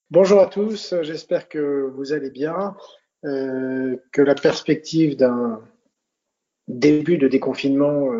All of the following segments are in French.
Bonjour à tous, j'espère que vous allez bien, que la perspective d'un début de déconfinement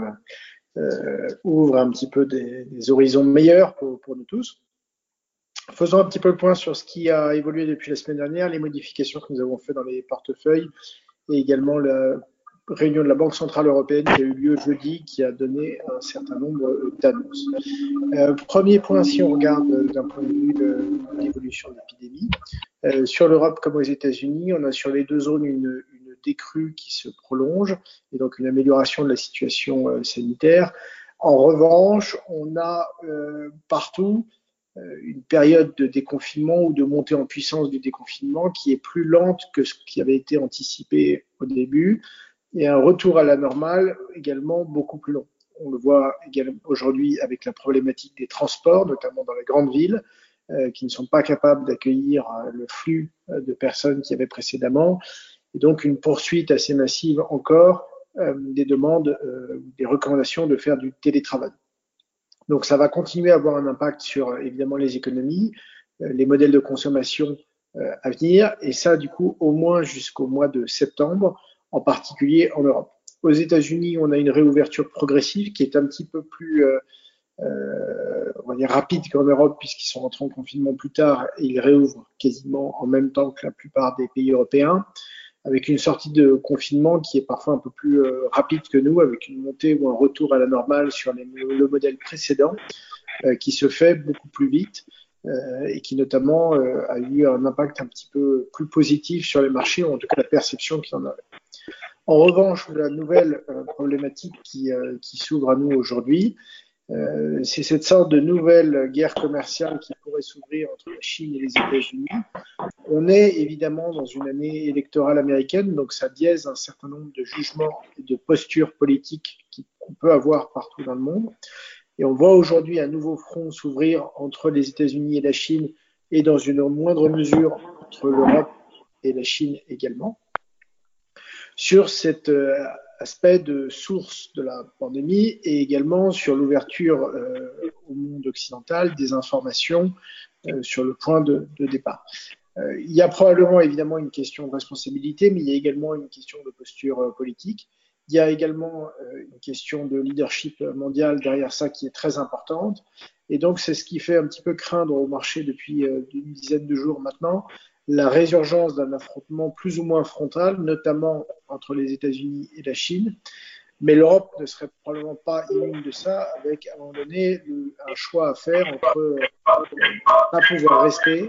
ouvre un petit peu des horizons meilleurs pour nous tous. Faisons un petit peu le point sur ce qui a évolué depuis la semaine dernière, les modifications que nous avons faites dans les portefeuilles et également la réunion de la Banque Centrale Européenne qui a eu lieu jeudi, qui a donné un certain nombre d'annonces. Premier point, si on regarde d'un point de vue de l'évolution de l'épidémie, sur l'Europe comme aux États-Unis, on a sur les deux zones une décrue qui se prolonge et donc une amélioration de la situation sanitaire. En revanche, on a partout une période de déconfinement ou de montée en puissance du déconfinement qui est plus lente que ce qui avait été anticipé au début et un retour à la normale également beaucoup plus long. On le voit également aujourd'hui avec la problématique des transports, notamment dans les grandes villes, qui ne sont pas capables d'accueillir le flux de personnes qu'il y avait précédemment, et donc une poursuite assez massive encore des demandes, des recommandations de faire du télétravail. Donc ça va continuer à avoir un impact sur évidemment les économies, les modèles de consommation à venir, et ça du coup au moins jusqu'au mois de septembre, en particulier en Europe. Aux États-Unis, on a une réouverture progressive qui est un petit peu plus on va dire rapide qu'en Europe puisqu'ils sont rentrés en confinement plus tard et ils réouvrent quasiment en même temps que la plupart des pays européens, avec une sortie de confinement qui est parfois un peu plus rapide que nous, avec une montée ou un retour à la normale sur le modèle précédent, qui se fait beaucoup plus vite et qui notamment a eu un impact un petit peu plus positif sur les marchés, ou en tout cas la perception qu'il en avait. En revanche, la nouvelle problématique qui s'ouvre à nous aujourd'hui, c'est cette sorte de nouvelle guerre commerciale qui pourrait s'ouvrir entre la Chine et les États-Unis. On est évidemment dans une année électorale américaine, donc ça biaise un certain nombre de jugements et de postures politiques qu'on peut avoir partout dans le monde. Et on voit aujourd'hui un nouveau front s'ouvrir entre les États-Unis et la Chine, et dans une moindre mesure entre l'Europe et la Chine également, sur cet aspect de source de la pandémie et également sur l'ouverture au monde occidental des informations sur le point de départ. Il y a probablement évidemment une question de responsabilité, mais il y a également une question de posture politique. Il y a également une question de leadership mondial derrière ça qui est très importante. Et donc, c'est ce qui fait un petit peu craindre au marché depuis une dizaine de jours maintenant la résurgence d'un affrontement plus ou moins frontal, notamment entre les États-Unis et la Chine. Mais l'Europe ne serait probablement pas immune de ça, avec à un moment donné un choix à faire entre pas pouvoir rester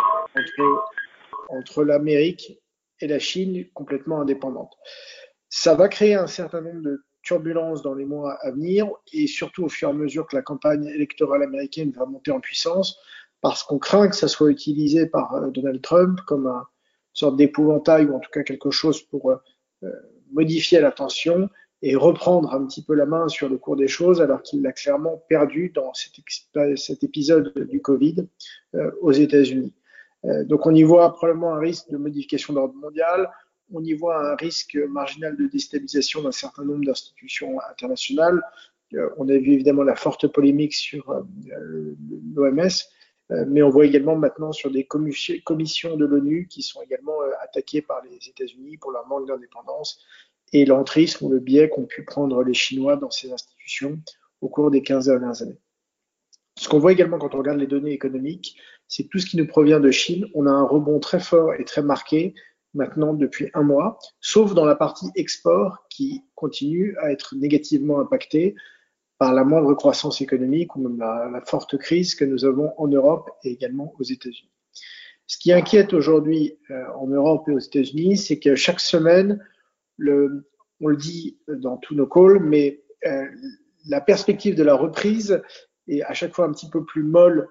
entre l'Amérique et la Chine complètement indépendantes. Ça va créer un certain nombre de turbulences dans les mois à venir et surtout au fur et à mesure que la campagne électorale américaine va monter en puissance parce qu'on craint que ça soit utilisé par Donald Trump comme une sorte d'épouvantail ou en tout cas quelque chose pour modifier la tension et reprendre un petit peu la main sur le cours des choses alors qu'il l'a clairement perdu dans cet épisode du Covid aux États-Unis. Donc on y voit probablement un risque de modification d'ordre mondial, on y voit un risque marginal de déstabilisation d'un certain nombre d'institutions internationales. On a vu évidemment la forte polémique sur l'OMS, mais on voit également maintenant sur des commissions de l'ONU qui sont également attaquées par les États-Unis pour leur manque d'indépendance et l'entrisme ou le biais qu'ont pu prendre les Chinois dans ces institutions au cours des 15 dernières années. Ce qu'on voit également quand on regarde les données économiques, c'est que tout ce qui nous provient de Chine, on a un rebond très fort et très marqué maintenant depuis un mois, sauf dans la partie export qui continue à être négativement impactée par la moindre croissance économique ou même la forte crise que nous avons en Europe et également aux États-Unis. Ce qui inquiète aujourd'hui en Europe et aux États-Unis, c'est que chaque semaine, on le dit dans tous nos calls, mais la perspective de la reprise est à chaque fois un petit peu plus molle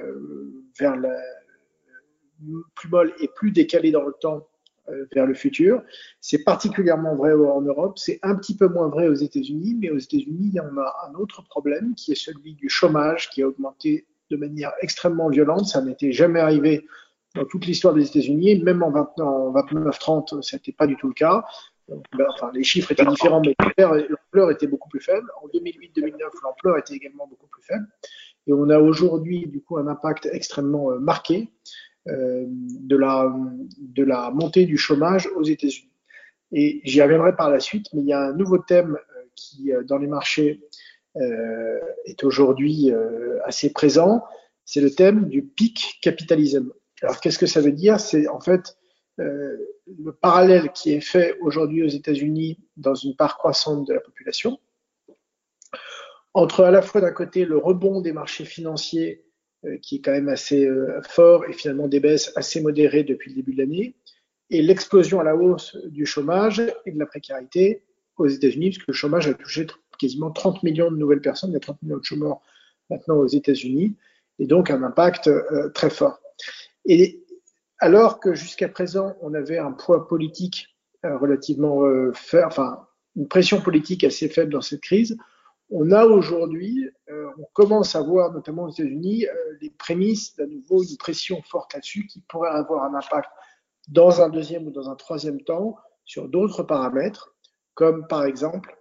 plus molle et plus décalée dans le temps vers le futur. C'est particulièrement vrai en Europe, c'est un petit peu moins vrai aux États-Unis, mais aux États-Unis, on a un autre problème qui est celui du chômage qui a augmenté de manière extrêmement violente. Ça n'était jamais arrivé dans toute l'histoire des États-Unis, même en 29-30, ce n'était pas du tout le cas. Enfin, les chiffres étaient différents, mais l'ampleur était beaucoup plus faible. En 2008-2009, l'ampleur était également beaucoup plus faible. Et on a aujourd'hui, du coup, un impact extrêmement marqué de la montée du chômage aux États-Unis. Et j'y reviendrai par la suite, mais il y a un nouveau thème qui, dans les marchés, est aujourd'hui assez présent, c'est le thème du peak capitalism. Alors qu'est-ce que ça veut dire? C'est en fait le parallèle qui est fait aujourd'hui aux États-Unis dans une part croissante de la population, entre à la fois d'un côté le rebond des marchés financiers qui est quand même assez fort et finalement des baisses assez modérées depuis le début de l'année, et l'explosion à la hausse du chômage et de la précarité aux États-Unis, puisque le chômage a touché quasiment 30 millions de nouvelles personnes, il y a 30 millions de chômeurs maintenant aux États-Unis, et donc un impact très fort. Et alors que jusqu'à présent, on avait un poids politique relativement faible, enfin une pression politique assez faible dans cette crise, on a aujourd'hui, on commence à voir, notamment aux États-Unis, les prémices d'à nouveau une pression forte là-dessus qui pourrait avoir un impact dans un deuxième ou dans un troisième temps sur d'autres paramètres, comme par exemple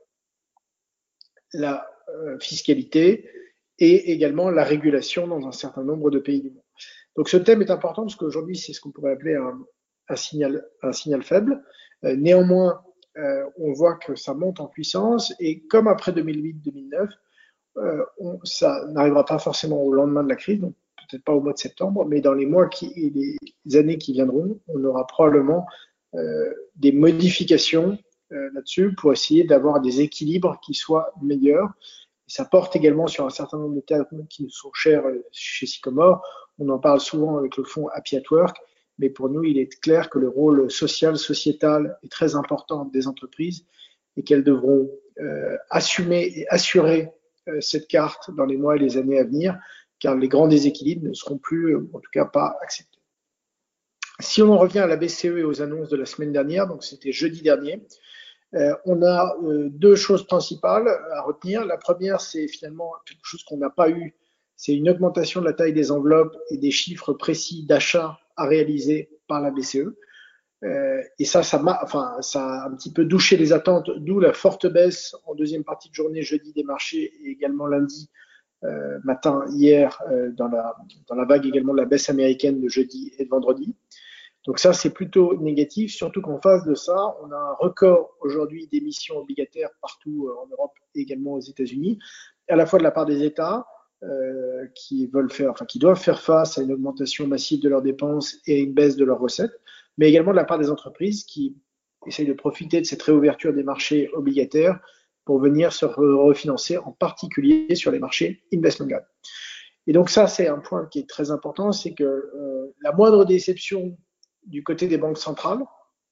la fiscalité et également la régulation dans un certain nombre de pays du monde. Donc ce thème est important parce qu'aujourd'hui, c'est ce qu'on pourrait appeler un signal faible. Néanmoins, on voit que ça monte en puissance et comme après 2008-2009, ça n'arrivera pas forcément au lendemain de la crise, donc peut-être pas au mois de septembre, mais dans les mois et les années qui viendront, on aura probablement des modifications là-dessus pour essayer d'avoir des équilibres qui soient meilleurs. Et ça porte également sur un certain nombre de termes qui nous sont chers chez Sycomore. On en parle souvent avec le fonds Happy at Work, mais pour nous, il est clair que le rôle social, sociétal est très important des entreprises et qu'elles devront assumer et assurer cette carte dans les mois et les années à venir, car les grands déséquilibres ne seront plus, en tout cas pas acceptés. Si on en revient à la BCE et aux annonces de la semaine dernière, donc c'était jeudi dernier, on a deux choses principales à retenir. La première, c'est finalement quelque chose qu'on n'a pas eu, c'est une augmentation de la taille des enveloppes et des chiffres précis d'achat à réaliser par la BCE. Et ça a un petit peu douché les attentes, d'où la forte baisse en deuxième partie de journée jeudi des marchés et également lundi matin hier dans la vague également de la baisse américaine de jeudi et de vendredi. Donc ça, c'est plutôt négatif, surtout qu'en face de ça, on a un record aujourd'hui d'émissions obligataires partout en Europe et également aux États-Unis, à la fois de la part des États qui doivent faire face à une augmentation massive de leurs dépenses et à une baisse de leurs recettes, mais également de la part des entreprises qui essayent de profiter de cette réouverture des marchés obligataires pour venir se refinancer, en particulier sur les marchés investment grade. Et donc ça, c'est un point qui est très important, c'est que la moindre déception du côté des banques centrales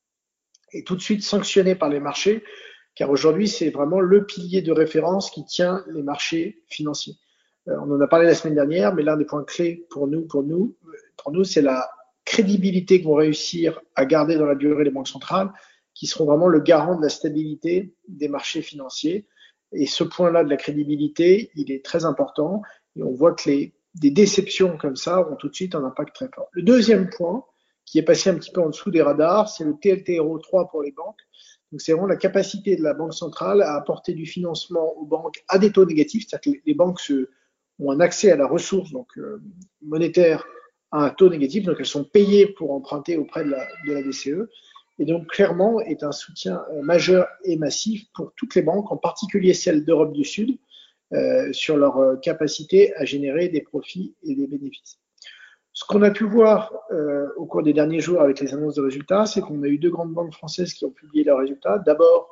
est tout de suite sanctionnée par les marchés, car aujourd'hui, c'est vraiment le pilier de référence qui tient les marchés financiers. On en a parlé la semaine dernière, mais l'un des points clés pour nous, c'est la crédibilité que vont réussir à garder dans la durée les banques centrales, qui seront vraiment le garant de la stabilité des marchés financiers. Et ce point-là de la crédibilité, il est très important. Et on voit que des déceptions comme ça ont tout de suite un impact très fort. Le deuxième point, qui est passé un petit peu en dessous des radars, c'est le TLTRO 3 pour les banques. Donc c'est vraiment la capacité de la Banque centrale à apporter du financement aux banques à des taux négatifs, c'est-à-dire que les banques ont un accès à la ressource monétaire à un taux négatif, donc elles sont payées pour emprunter auprès de la BCE, et donc clairement est un soutien majeur et massif pour toutes les banques, en particulier celles d'Europe du Sud, sur leur capacité à générer des profits et des bénéfices. Ce qu'on a pu voir au cours des derniers jours avec les annonces de résultats, c'est qu'on a eu deux grandes banques françaises qui ont publié leurs résultats. D'abord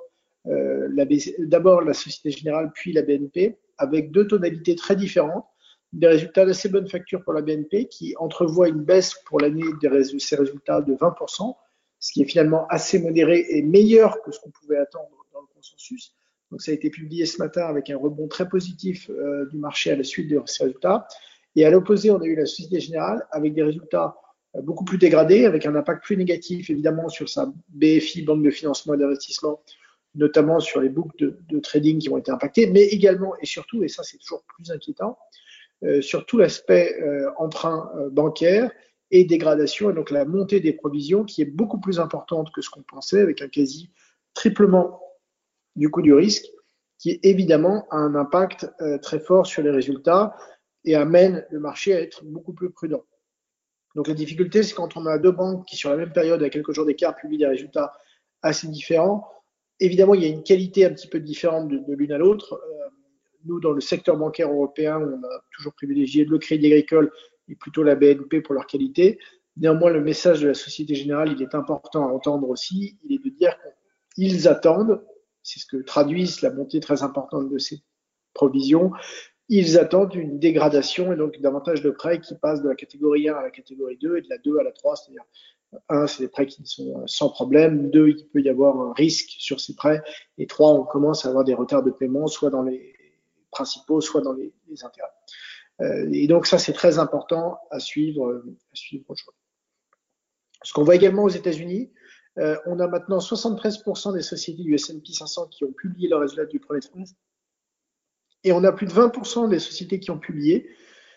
la Société Générale, puis la BNP, avec deux tonalités très différentes. Des résultats d'assez bonne facture pour la BNP, qui entrevoit une baisse pour l'année de ses résultats de 20%, ce qui est finalement assez modéré et meilleur que ce qu'on pouvait attendre dans le consensus. Donc ça a été publié ce matin avec un rebond très positif du marché à la suite de ces résultats. Et à l'opposé, on a eu la Société Générale avec des résultats beaucoup plus dégradés, avec un impact plus négatif évidemment sur sa BFI, Banque de financement et d'investissement, notamment sur les books de trading qui ont été impactés, mais également et surtout, et ça c'est toujours plus inquiétant, sur tout l'aspect emprunt bancaire et dégradation, et donc la montée des provisions qui est beaucoup plus importante que ce qu'on pensait, avec un quasi triplement du coût du risque, qui évidemment a un impact très fort sur les résultats et amène le marché à être beaucoup plus prudent. Donc la difficulté, c'est quand on a deux banques qui, sur la même période, à quelques jours d'écart, publient des résultats assez différents. Évidemment, il y a une qualité un petit peu différente de l'une à l'autre. Nous, dans le secteur bancaire européen, on a toujours privilégié le Crédit Agricole et plutôt la BNP pour leur qualité. Néanmoins, le message de la Société Générale, il est important à entendre aussi, il est de dire qu'ils attendent, c'est ce que traduisent la montée très importante de ces provisions, ils attendent une dégradation et donc davantage de prêts qui passent de la catégorie 1 à la catégorie 2 et de la 2 à la 3, c'est-à-dire 1, c'est des prêts qui sont sans problème, 2, il peut y avoir un risque sur ces prêts, et 3, on commence à avoir des retards de paiement, soit dans les principaux, soit dans les intérêts. Et donc ça, c'est très important à suivre aujourd'hui. Ce qu'on voit également aux États-Unis, on a maintenant 73% des sociétés du S&P 500 qui ont publié leurs résultats du premier trimestre, et on a plus de 20% des sociétés qui ont publié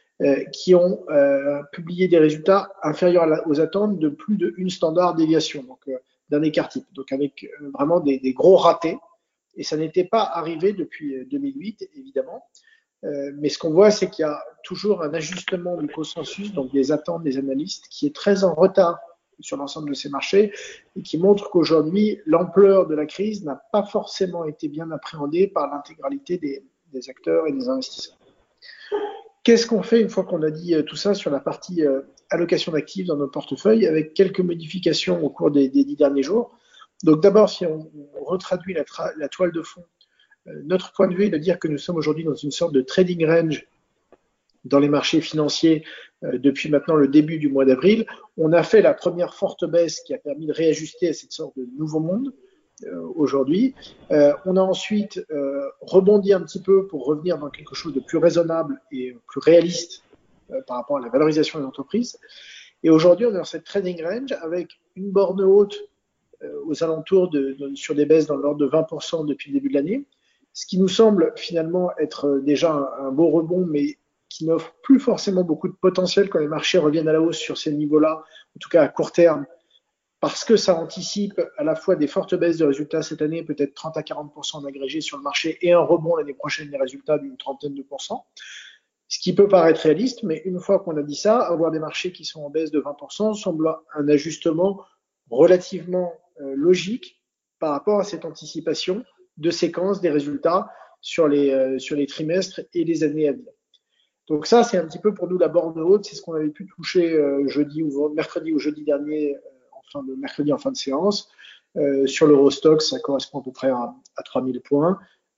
des résultats inférieurs aux attentes de plus d'une standard déviation, donc d'un écart type, donc avec vraiment des gros ratés. Et ça n'était pas arrivé depuis 2008, évidemment. Mais ce qu'on voit, c'est qu'il y a toujours un ajustement du consensus, donc des attentes des analystes, qui est très en retard sur l'ensemble de ces marchés et qui montre qu'aujourd'hui, l'ampleur de la crise n'a pas forcément été bien appréhendée par l'intégralité des acteurs et des investisseurs. Qu'est-ce qu'on fait une fois qu'on a dit tout ça sur la partie allocation d'actifs dans nos portefeuilles, avec quelques modifications au cours des 10 derniers jours? Donc d'abord, si on retraduit la toile de fond, notre point de vue est de dire que nous sommes aujourd'hui dans une sorte de trading range dans les marchés financiers depuis maintenant le début du mois d'avril. On a fait la première forte baisse qui a permis de réajuster à cette sorte de nouveau monde aujourd'hui. On a ensuite rebondi un petit peu pour revenir dans quelque chose de plus raisonnable et plus réaliste par rapport à la valorisation des entreprises. Et aujourd'hui, on est dans cette trading range avec une borne haute aux alentours sur des baisses dans l'ordre de 20% depuis le début de l'année, ce qui nous semble finalement être déjà un beau rebond, mais qui n'offre plus forcément beaucoup de potentiel quand les marchés reviennent à la hausse sur ces niveaux-là, en tout cas à court terme, parce que ça anticipe à la fois des fortes baisses de résultats cette année, peut-être 30 à 40% en agrégé sur le marché, et un rebond l'année prochaine des résultats d'une trentaine de pourcents. Ce qui peut paraître réaliste, mais une fois qu'on a dit ça, avoir des marchés qui sont en baisse de 20% semble un ajustement relativement logique par rapport à cette anticipation de séquence des résultats sur les trimestres et les années à venir. Donc ça, c'est un petit peu pour nous la borne haute, c'est ce qu'on avait pu toucher mercredi ou jeudi dernier, mercredi en fin de séance. Sur l'Eurostoxx, ça correspond à peu près à 3000 points.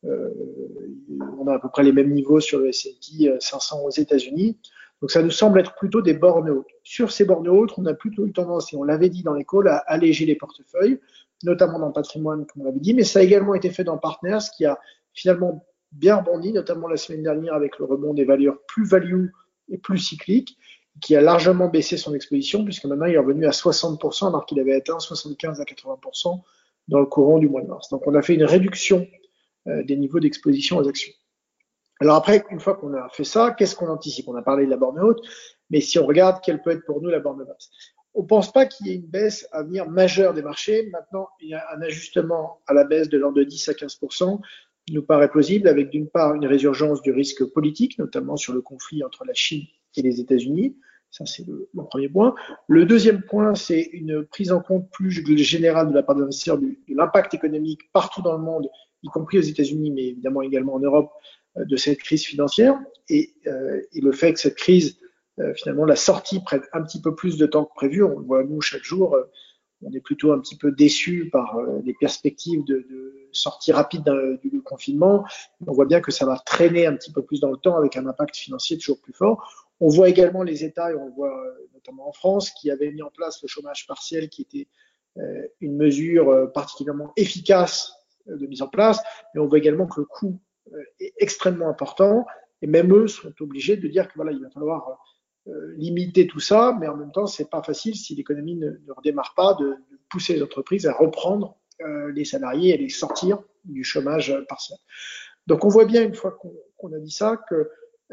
On a à peu près les mêmes niveaux sur le S&P 500 aux États-Unis. Donc ça nous semble être plutôt des bornes hautes. Sur ces bornes hautes, on a plutôt eu tendance, et on l'avait dit dans les calls, à alléger les portefeuilles, notamment dans le patrimoine, comme on l'avait dit, mais ça a également été fait dans Partners, qui a finalement bien rebondi, notamment la semaine dernière avec le rebond des valeurs plus value et plus cycliques, qui a largement baissé son exposition, puisque maintenant il est revenu à 60%, alors qu'il avait atteint 75 à 80% dans le courant du mois de mars. Donc on a fait une réduction des niveaux d'exposition aux actions. Alors après, une fois qu'on a fait ça, qu'est-ce qu'on anticipe? On a parlé de la borne haute, mais si on regarde quelle peut être pour nous la borne basse, on ne pense pas qu'il y ait une baisse à venir majeure des marchés. Maintenant, il y a un ajustement à la baisse de l'ordre de 10 à 15%, qui nous paraît plausible, avec d'une part une résurgence du risque politique, notamment sur le conflit entre la Chine et les États-Unis. Ça, c'est le premier point. Le deuxième point, c'est une prise en compte plus générale de la part des investisseurs de l'impact économique partout dans le monde, y compris aux États-Unis, mais évidemment également en Europe, de cette crise financière. Et le fait que cette crise, finalement, la sortie prenne un petit peu plus de temps que prévu, on le voit nous chaque jour, on est plutôt un petit peu déçus par les perspectives de sortie rapide du confinement. On voit bien que ça va traîner un petit peu plus dans le temps avec un impact financier toujours plus fort. On voit également les États, et on le voit notamment en France, qui avaient mis en place le chômage partiel, qui était une mesure particulièrement efficace de mise en place, mais on voit également que le coût est extrêmement important, et même eux sont obligés de dire que voilà, il va falloir limiter tout ça, mais en même temps, c'est pas facile si l'économie ne redémarre pas de pousser les entreprises à reprendre les salariés et les sortir du chômage partiel. Donc on voit bien une fois qu'on a dit ça que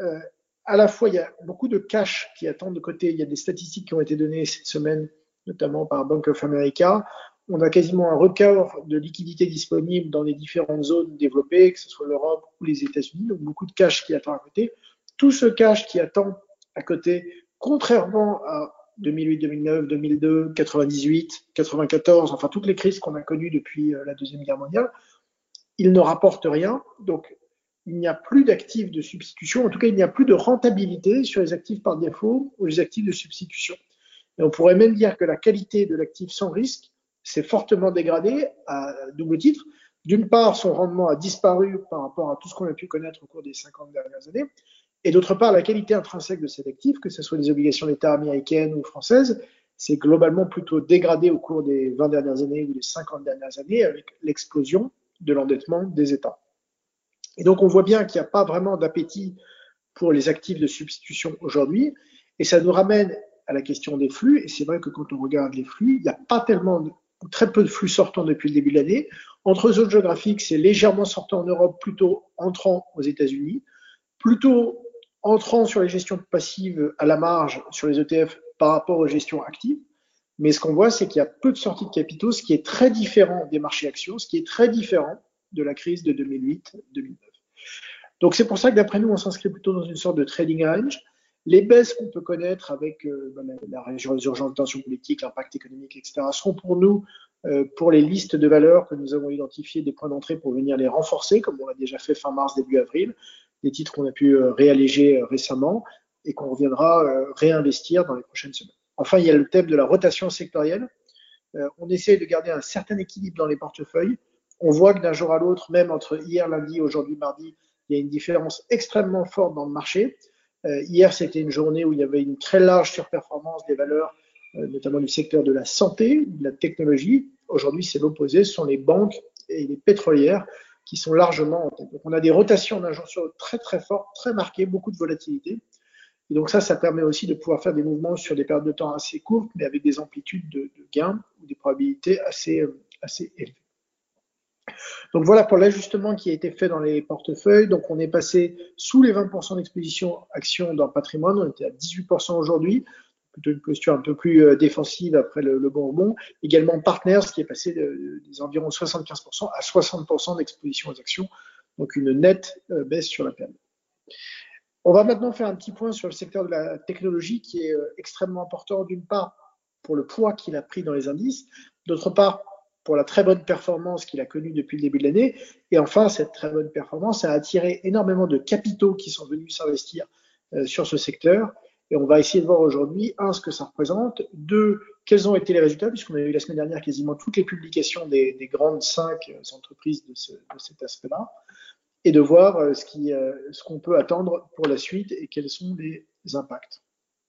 à la fois il y a beaucoup de cash qui attendent de côté. Il y a des statistiques qui ont été données cette semaine, notamment par Bank of America. On a quasiment un record de liquidités disponibles dans les différentes zones développées, que ce soit l'Europe ou les États-Unis. Donc beaucoup de cash qui attend à côté. Tout ce cash qui attend à côté, contrairement à 2008, 2009, 2002, 98, 94, enfin toutes les crises qu'on a connues depuis la Deuxième Guerre mondiale, ils ne rapportent rien. Donc, il n'y a plus d'actifs de substitution. En tout cas, il n'y a plus de rentabilité sur les actifs par défaut ou les actifs de substitution. Et on pourrait même dire que la qualité de l'actif sans risque s'est fortement dégradée à double titre. D'une part, son rendement a disparu par rapport à tout ce qu'on a pu connaître au cours des 50 dernières années. Et d'autre part, la qualité intrinsèque de cet actif, que ce soit les obligations d'État américaines ou françaises, s'est globalement plutôt dégradée au cours des 20 dernières années ou des 50 dernières années avec l'explosion de l'endettement des États. Et donc, on voit bien qu'il n'y a pas vraiment d'appétit pour les actifs de substitution aujourd'hui. Et ça nous ramène à la question des flux. Et c'est vrai que quand on regarde les flux, il n'y a pas tellement, ou très peu de flux sortants depuis le début de l'année. Entre zones géographiques, c'est légèrement sortant en Europe, plutôt entrant aux États-Unis, plutôt entrant sur les gestions passives à la marge sur les ETF par rapport aux gestions actives. Mais ce qu'on voit, c'est qu'il y a peu de sorties de capitaux, ce qui est très différent des marchés actions, ce qui est très différent de la crise de 2008-2009. Donc c'est pour ça que d'après nous, on s'inscrit plutôt dans une sorte de trading range. Les baisses qu'on peut connaître avec la résurgence de tensions politiques, l'impact économique, etc., seront pour nous, pour les listes de valeurs que nous avons identifiées, des points d'entrée pour venir les renforcer, comme on l'a déjà fait fin mars, début avril, des titres qu'on a pu réalléger récemment et qu'on reviendra réinvestir dans les prochaines semaines. Enfin, il y a le thème de la rotation sectorielle. On essaie de garder un certain équilibre dans les portefeuilles. On voit que d'un jour à l'autre, même entre hier lundi et aujourd'hui mardi, il y a une différence extrêmement forte dans le marché. Hier, c'était une journée où il y avait une très large surperformance des valeurs, notamment du secteur de la santé, de la technologie. Aujourd'hui, c'est l'opposé, ce sont les banques et les pétrolières qui sont largement en tête. Donc, on a des rotations d'un jour sur l'autre très très fortes, très marquées, beaucoup de volatilité. Et donc ça permet aussi de pouvoir faire des mouvements sur des périodes de temps assez courtes, mais avec des amplitudes de gains ou des probabilités assez élevées. Donc voilà pour l'ajustement qui a été fait dans les portefeuilles. Donc on est passé sous les 20% d'exposition actions dans le patrimoine, on était à 18% aujourd'hui, plutôt une posture un peu plus défensive après le bon rebond. Également Partners qui est passé des environ 75% à 60% d'exposition aux actions, donc une nette baisse sur la période. On va maintenant faire un petit point sur le secteur de la technologie qui est extrêmement important, d'une part pour le poids qu'il a pris dans les indices, d'autre part pour la très bonne performance qu'il a connue depuis le début de l'année. Et enfin, cette très bonne performance a attiré énormément de capitaux qui sont venus s'investir sur ce secteur. Et on va essayer de voir aujourd'hui, un, ce que ça représente, deux, quels ont été les résultats, puisqu'on a eu la semaine dernière quasiment toutes les publications des grandes 5 entreprises de cet aspect-là, et de voir ce qu'on peut attendre pour la suite et quels sont les impacts.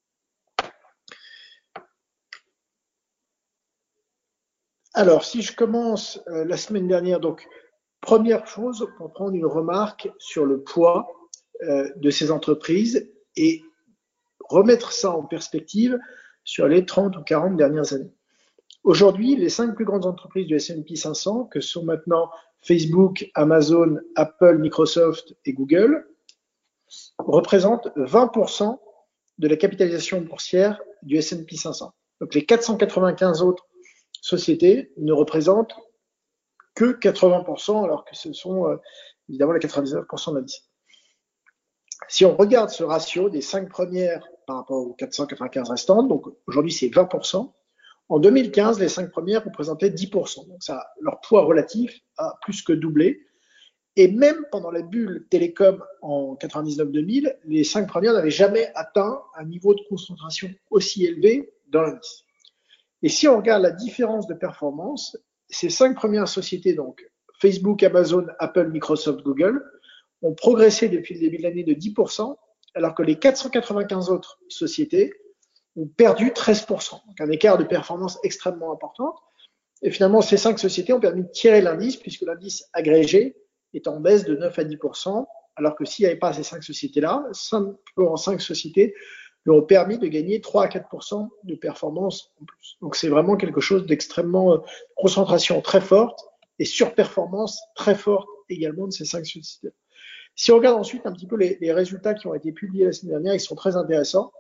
Alors, si je commence la semaine dernière, donc, première chose, pour prendre une remarque sur le poids de ces entreprises et remettre ça en perspective sur les 30 ou 40 dernières années. Aujourd'hui, les 5 plus grandes entreprises du S&P 500, que sont maintenant Facebook, Amazon, Apple, Microsoft et Google, représentent 20% de la capitalisation boursière du S&P 500. Donc les 495 autres sociétés ne représentent que 80%, alors que ce sont évidemment les 99% de l'indice. Si on regarde ce ratio des 5 premières par rapport aux 495 restantes, donc aujourd'hui c'est 20%, en 2015, les 5 premières représentaient 10%. Donc ça, leur poids relatif a plus que doublé. Et même pendant la bulle télécom en 99-2000, les 5 premières n'avaient jamais atteint un niveau de concentration aussi élevé dans l'indice. Et si on regarde la différence de performance, ces 5 premières sociétés, donc Facebook, Amazon, Apple, Microsoft, Google, ont progressé depuis le début de l'année de 10%, alors que les 495 autres sociétés ont perdu 13%. Donc un écart de performance extrêmement important. Et finalement, ces 5 sociétés ont permis de tirer l'indice, puisque l'indice agrégé est en baisse de 9 à 10%, alors que s'il n'y avait pas ces 5 sociétés-là, 5 sociétés lui ont permis de gagner 3 à 4% de performance en plus. Donc c'est vraiment quelque chose d'extrêmement concentration très forte et surperformance très forte également de ces 5 sociétés. Si on regarde ensuite un petit peu les résultats qui ont été publiés la semaine dernière, ils sont très intéressants.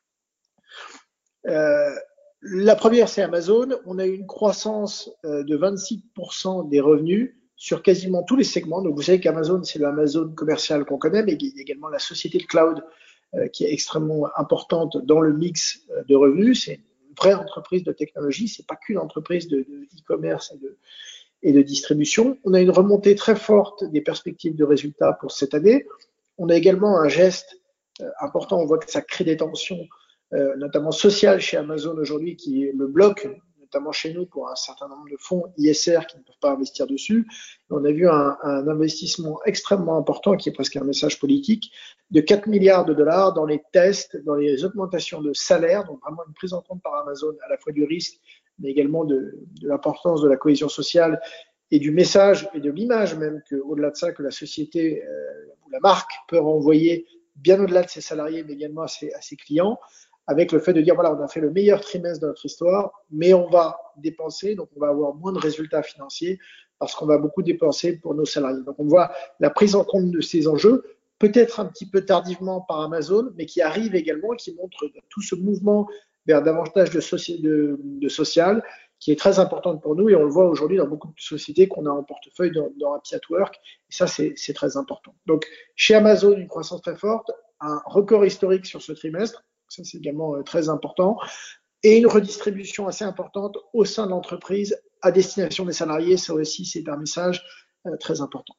La première, c'est Amazon. On a eu une croissance de 26% des revenus sur quasiment tous les segments. Donc, vous savez qu'Amazon, c'est l'Amazon commercial qu'on connaît, mais il y a également la société de cloud qui est extrêmement importante dans le mix de revenus. C'est une vraie entreprise de technologie, c'est pas qu'une entreprise de e-commerce et de distribution. On a une remontée très forte des perspectives de résultats pour cette année. On a également un geste important, on voit que ça crée des tensions, notamment sociales chez Amazon aujourd'hui, qui est le bloc, notamment chez nous, pour un certain nombre de fonds ISR qui ne peuvent pas investir dessus. On a vu un investissement extrêmement important, qui est presque un message politique, de 4 milliards de dollars dans les tests, dans les augmentations de salaires, donc vraiment une prise en compte par Amazon à la fois du risque, mais également de l'importance de la cohésion sociale et du message et de l'image même qu'au-delà de ça, que la société ou la marque peut renvoyer bien au-delà de ses salariés, mais également à ses clients, avec le fait de dire, voilà, on a fait le meilleur trimestre de notre histoire, mais on va dépenser, donc on va avoir moins de résultats financiers parce qu'on va beaucoup dépenser pour nos salariés. Donc on voit la prise en compte de ces enjeux, peut-être un petit peu tardivement par Amazon, mais qui arrive également et qui montre tout ce mouvement vers davantage de social, qui est très importante pour nous, et on le voit aujourd'hui dans beaucoup de sociétés qu'on a en portefeuille dans Happy at Work, et ça c'est très important. Donc chez Amazon, une croissance très forte, un record historique sur ce trimestre, ça c'est également très important, et une redistribution assez importante au sein de l'entreprise à destination des salariés, ça aussi c'est un message très important.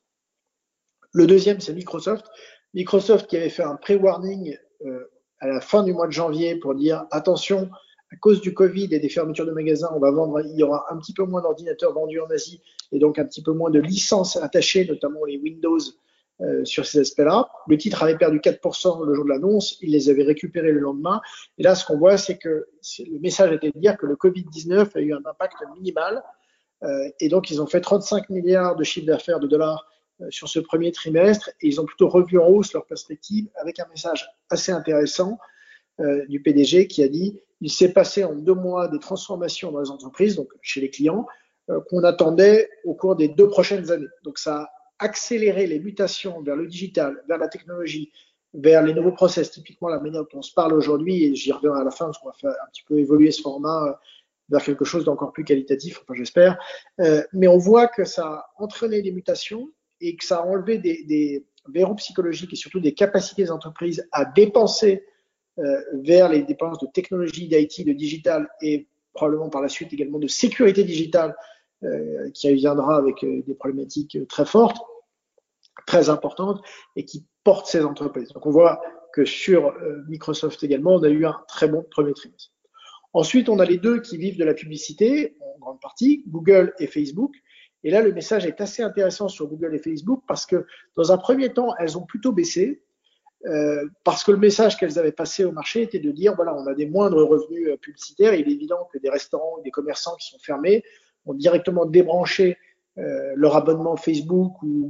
Le deuxième, c'est Microsoft. Microsoft qui avait fait un pré-warning à la fin du mois de janvier pour dire attention, à cause du Covid et des fermetures de magasins, il y aura un petit peu moins d'ordinateurs vendus en Asie et donc un petit peu moins de licences attachées, notamment les Windows sur ces aspects-là. Le titre avait perdu 4% le jour de l'annonce, il les avait récupérés le lendemain. Et là, ce qu'on voit, c'est que le message était de dire que le Covid-19 a eu un impact minimal. Et donc, ils ont fait 35 milliards de chiffre d'affaires de dollars sur ce premier trimestre et ils ont plutôt revu en hausse leurs perspectives avec un message assez intéressant du PDG qui a dit il s'est passé en 2 mois des transformations dans les entreprises, donc chez les clients, qu'on attendait au cours des 2 prochaines années. Donc ça a accéléré les mutations vers le digital, vers la technologie, vers les nouveaux process, typiquement la manière dont on se parle aujourd'hui, et j'y reviens à la fin parce qu'on va faire un petit peu évoluer ce format vers quelque chose d'encore plus qualitatif, enfin j'espère. Mais on voit que ça a entraîné des mutations et que ça a enlevé des verrous psychologiques et surtout des capacités des entreprises à dépenser vers les dépenses de technologie, d'IT, de digital et probablement par la suite également de sécurité digitale qui viendra avec des problématiques très fortes, très importantes et qui portent ces entreprises. Donc on voit que sur Microsoft également, on a eu un très bon premier trimestre. Ensuite, on a les deux qui vivent de la publicité, en grande partie, Google et Facebook. Et là, le message est assez intéressant sur Google et Facebook parce que dans un premier temps, elles ont plutôt baissé parce que le message qu'elles avaient passé au marché était de dire, voilà, on a des moindres revenus publicitaires. Il est évident que des restaurants ou des commerçants qui sont fermés ont directement débranché leur abonnement Facebook ou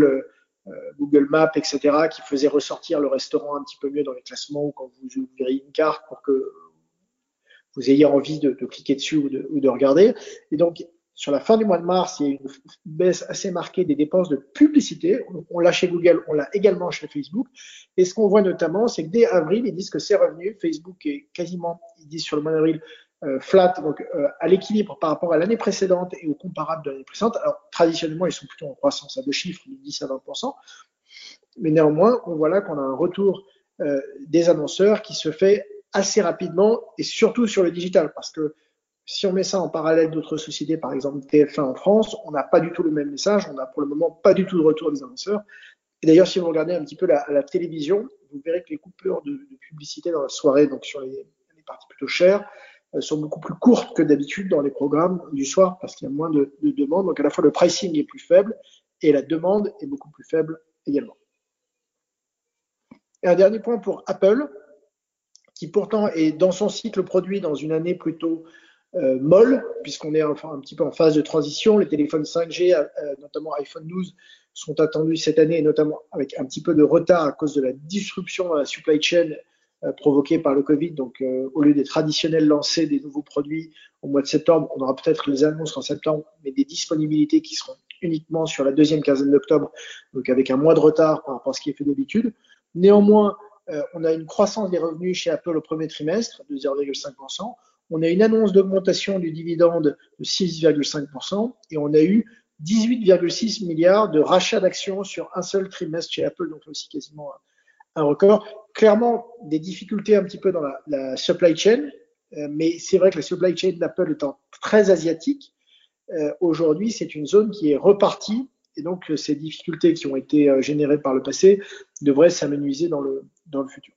Google Maps, etc., qui faisait ressortir le restaurant un petit peu mieux dans les classements ou quand vous ouvrez une carte pour que vous ayez envie de cliquer dessus ou de regarder. Et donc, sur la fin du mois de mars, il y a eu une baisse assez marquée des dépenses de publicité. On l'a chez Google, on l'a également chez Facebook. Et ce qu'on voit notamment, c'est que dès avril, ils disent que ces revenus, Facebook est quasiment, ils disent sur le mois d'avril, flat, donc à l'équilibre par rapport à l'année précédente et au comparable de l'année précédente. Alors, traditionnellement, ils sont plutôt en croissance à 2 chiffres, de 10 à 20%. Mais néanmoins, on voit là qu'on a un retour des annonceurs qui se fait assez rapidement et surtout sur le digital parce que si on met ça en parallèle d'autres sociétés, par exemple TF1 en France, on n'a pas du tout le même message, on n'a pour le moment pas du tout de retour des annonceurs. Et d'ailleurs, si vous regardez un petit peu la télévision, vous verrez que les coupures de publicité dans la soirée, donc sur les parties plutôt chères, sont beaucoup plus courtes que d'habitude dans les programmes du soir parce qu'il y a moins de demandes. Donc à la fois le pricing est plus faible et la demande est beaucoup plus faible également. Et un dernier point pour Apple, qui pourtant est dans son cycle produit dans une année plutôt molle, puisqu'on est enfin un petit peu en phase de transition. Les téléphones 5G, notamment iPhone 12, sont attendus cette année, et notamment avec un petit peu de retard à cause de la disruption dans la supply chain provoquée par le Covid. Donc, au lieu des traditionnels lancers des nouveaux produits au mois de septembre, on aura peut-être les annonces en septembre, mais des disponibilités qui seront uniquement sur la deuxième quinzaine d'octobre, donc avec un mois de retard par rapport à ce qui est fait d'habitude. Néanmoins, on a une croissance des revenus chez Apple au premier trimestre de 0,5%. On a une annonce d'augmentation du dividende de 6,5% et on a eu 18,6 milliards de rachats d'actions sur un seul trimestre chez Apple, donc aussi quasiment un record. Clairement, des difficultés un petit peu dans la supply chain, mais c'est vrai que la supply chain d'Apple étant très asiatique, aujourd'hui, c'est une zone qui est repartie. Et donc, ces difficultés qui ont été générées par le passé devraient s'amenuiser dans le futur.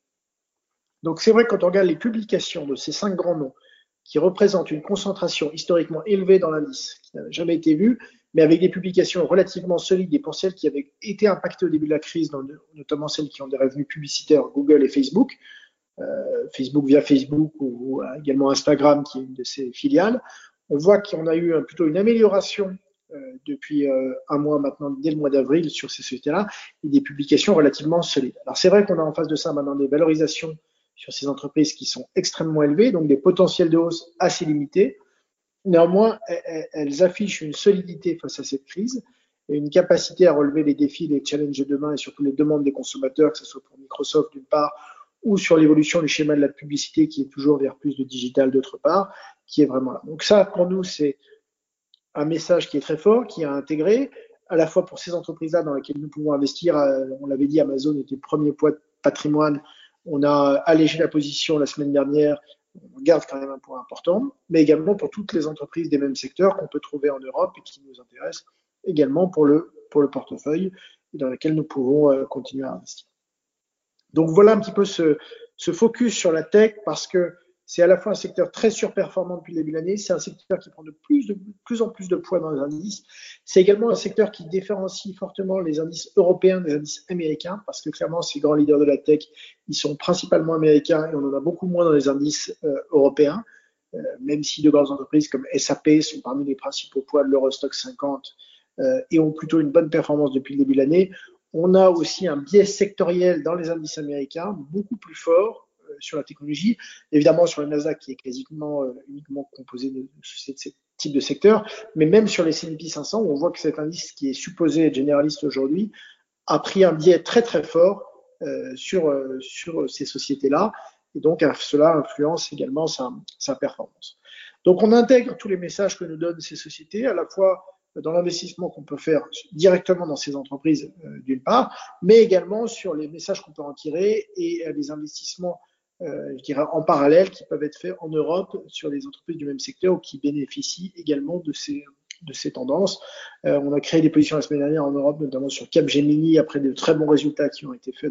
Donc, c'est vrai que quand on regarde les publications de ces 5 grands noms, qui représentent une concentration historiquement élevée dans l'indice, qui n'a jamais été vue, mais avec des publications relativement solides et pour celles qui avaient été impactées au début de la crise, notamment celles qui ont des revenus publicitaires, Google et Facebook, Facebook via Facebook ou également Instagram qui est une de ses filiales, on voit qu'on a eu plutôt une amélioration depuis un mois maintenant, dès le mois d'avril, sur ces sociétés-là, et des publications relativement solides. Alors c'est vrai qu'on a en face de ça maintenant des valorisations sur ces entreprises qui sont extrêmement élevées, donc des potentiels de hausse assez limités. Néanmoins, elles affichent une solidité face à cette crise et une capacité à relever les défis, les challenges de demain et surtout les demandes des consommateurs, que ce soit pour Microsoft d'une part, ou sur l'évolution du schéma de la publicité qui est toujours vers plus de digital d'autre part, qui est vraiment là. Donc ça, pour nous, c'est un message qui est très fort, qui a intégré, à la fois pour ces entreprises-là dans lesquelles nous pouvons investir. On l'avait dit, Amazon était le premier poids de patrimoine. On a allégé la position la semaine dernière. On garde quand même un point important, mais également pour toutes les entreprises des mêmes secteurs qu'on peut trouver en Europe et qui nous intéressent également pour le portefeuille et dans lesquels nous pouvons continuer à investir. Donc voilà un petit peu ce focus sur la tech parce que c'est à la fois un secteur très surperformant depuis le début de l'année, c'est un secteur qui prend de plus en plus de poids dans les indices. C'est également un secteur qui différencie fortement les indices européens des indices américains parce que clairement, ces grands leaders de la tech, ils sont principalement américains et on en a beaucoup moins dans les indices européens, même si de grandes entreprises comme SAP sont parmi les principaux poids de l'Eurostoxx 50 et ont plutôt une bonne performance depuis le début de l'année. On a aussi un biais sectoriel dans les indices américains, beaucoup plus fort sur la technologie. Évidemment, sur le Nasdaq, qui est quasiment uniquement composé de ce type de secteur, mais même sur les S&P 500, on voit que cet indice qui est supposé être généraliste aujourd'hui a pris un biais très très fort sur ces sociétés-là, et donc cela influence également sa performance. Donc on intègre tous les messages que nous donnent ces sociétés, à la fois dans l'investissement qu'on peut faire directement dans ces entreprises d'une part, mais également sur les messages qu'on peut en tirer et les investissements, je dirais, en parallèle qui peuvent être faits en Europe sur les entreprises du même secteur ou qui bénéficient également de ces tendances. On a créé des positions la semaine dernière en Europe, notamment sur Capgemini, après de très bons résultats qui ont été faits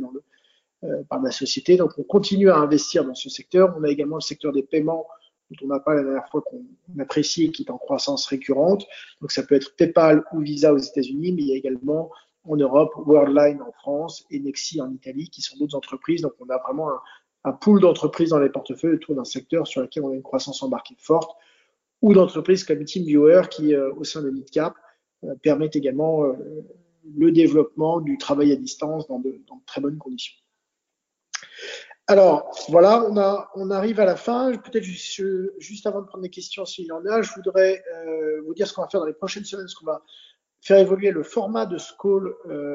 par la société. Donc on continue à investir dans ce secteur. On a également le secteur des paiements, dont on n'a pas la dernière fois qu'on apprécie et qui est en croissance récurrente. Donc ça peut être PayPal ou Visa aux États-Unis, mais il y a également en Europe Worldline en France et Nexi en Italie, qui sont d'autres entreprises. Donc on a vraiment un pool d'entreprises dans les portefeuilles autour d'un secteur sur lequel on a une croissance embarquée forte, ou d'entreprises comme TeamViewer qui, au sein de Midcap, permettent également le développement du travail à distance dans de très bonnes conditions. Alors, voilà, on arrive à la fin. Peut-être juste avant de prendre les questions, s'il y en a, je voudrais vous dire ce qu'on va faire dans les prochaines semaines, parce qu'on va faire évoluer le format de ce call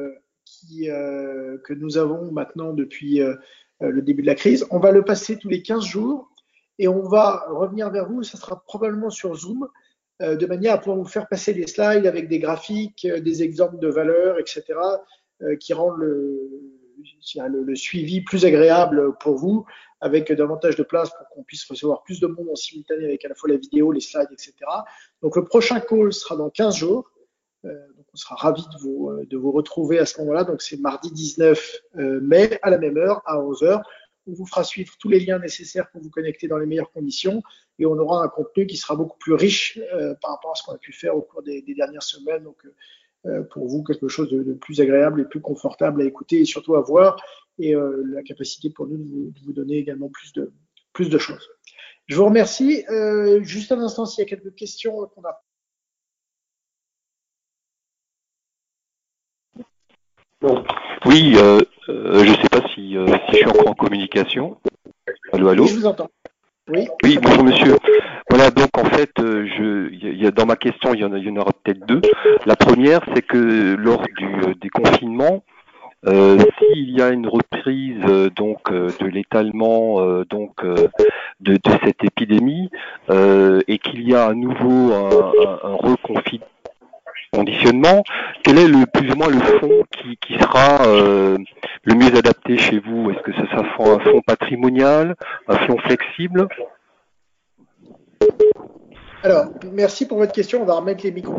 que nous avons maintenant depuis le début de la crise. On va le passer tous les 15 jours et on va revenir vers vous. Ça sera probablement sur Zoom, de manière à pouvoir vous faire passer des slides avec des graphiques, des exemples de valeurs, etc., qui rendent le suivi plus agréable pour vous, avec davantage de place pour qu'on puisse recevoir plus de monde en simultané avec à la fois la vidéo, les slides, etc. Donc le prochain call sera dans 15 jours. Donc on sera ravis de vous retrouver à ce moment-là. Donc c'est mardi 19 mai à la même heure, à 11h. On vous fera suivre tous les liens nécessaires pour vous connecter dans les meilleures conditions et on aura un contenu qui sera beaucoup plus riche par rapport à ce qu'on a pu faire au cours des dernières semaines. Donc pour vous, quelque chose de plus agréable et plus confortable à écouter et surtout à voir, et la capacité pour nous de vous donner également plus de choses. Je vous remercie. Juste un instant, s'il y a quelques questions qu'on a. Oui, je ne sais pas si je suis encore en communication. Allô, allô. Oui, je vous entends. Oui, bonjour monsieur. Voilà, donc en fait, dans ma question, il y en aura peut-être deux. La première, c'est que lors du déconfinement, s'il y a une reprise de l'étalement de cette épidémie et qu'il y a à nouveau un reconfinement conditionnement, quel est plus ou moins le fonds qui sera le mieux adapté chez vous? Est-ce que ça sera un fonds patrimonial, un fonds flexible? Alors, merci pour votre question. On va remettre les micros.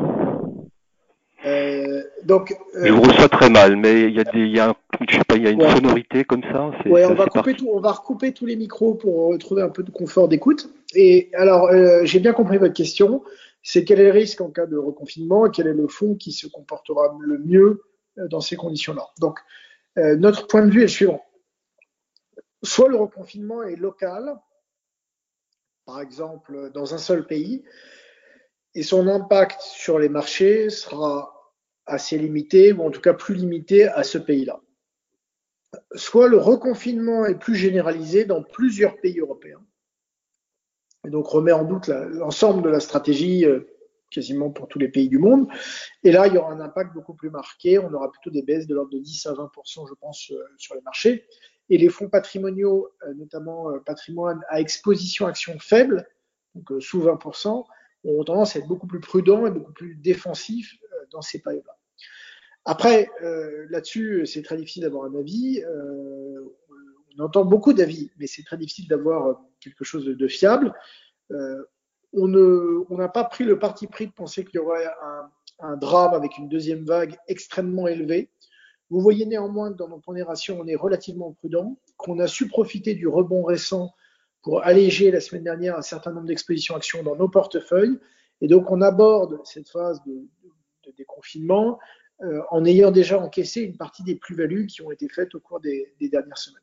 Je vous reçois très mal, mais il y a une sonorité comme ça. Ouais, on va recouper tous les micros pour retrouver un peu de confort d'écoute. Et alors, j'ai bien compris votre question. C'est quel est le risque en cas de reconfinement et quel est le fonds qui se comportera le mieux dans ces conditions-là. Donc, notre point de vue est le suivant. Soit le reconfinement est local, par exemple dans un seul pays, et son impact sur les marchés sera assez limité, ou en tout cas plus limité à ce pays-là. Soit le reconfinement est plus généralisé dans plusieurs pays européens, et donc remet en doute l'ensemble de la stratégie quasiment pour tous les pays du monde. Et là, il y aura un impact beaucoup plus marqué. On aura plutôt des baisses de l'ordre de 10 à 20%, je pense, sur les marchés. Et les fonds patrimoniaux, notamment patrimoine à exposition action faible, donc sous 20%, ont tendance à être beaucoup plus prudents et beaucoup plus défensifs dans ces périodes-là. Après, là-dessus, c'est très difficile d'avoir un avis. On entend beaucoup d'avis, mais c'est très difficile d'avoir quelque chose de fiable. On n'a pas pris le parti pris de penser qu'il y aurait un drame avec une deuxième vague extrêmement élevée. Vous voyez néanmoins que dans nos pondérations, on est relativement prudent, qu'on a su profiter du rebond récent pour alléger la semaine dernière un certain nombre d'expositions actions dans nos portefeuilles. Et donc, on aborde cette phase de déconfinement en ayant déjà encaissé une partie des plus-values qui ont été faites au cours des dernières semaines.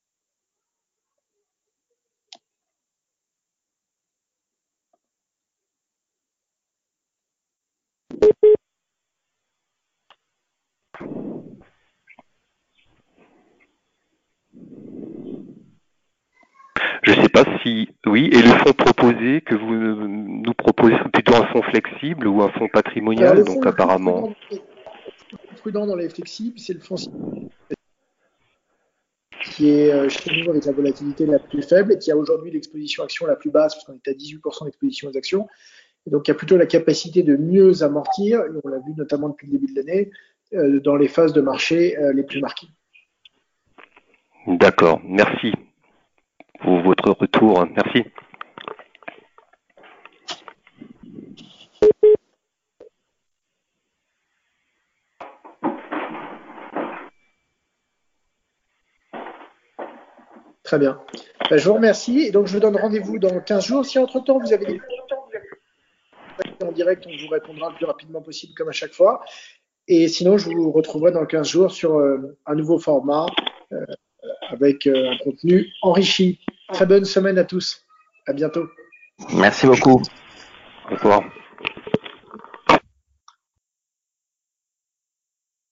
Je ne sais pas si, oui, et le fonds proposé que vous nous proposez, c'est plutôt un fonds flexible ou un fonds patrimonial. Alors, donc apparemment. Le plus prudent dans les flexibles, c'est le fonds qui est chez nous avec la volatilité la plus faible et qui a aujourd'hui l'exposition action la plus basse, parce qu'on est à 18% d'exposition aux actions. Et donc, il y a plutôt la capacité de mieux amortir, et on l'a vu notamment depuis le début de l'année, dans les phases de marché les plus marquées. D'accord, merci pour votre retour. Merci. Très bien. Je vous remercie. Et donc, je vous donne rendez-vous dans 15 jours. Si entre-temps, vous avez des questions en direct, on vous répondra le plus rapidement possible, comme à chaque fois. Et sinon, je vous retrouverai dans 15 jours sur un nouveau format avec un contenu enrichi. Très bonne semaine à tous. À bientôt. Merci beaucoup. Au revoir.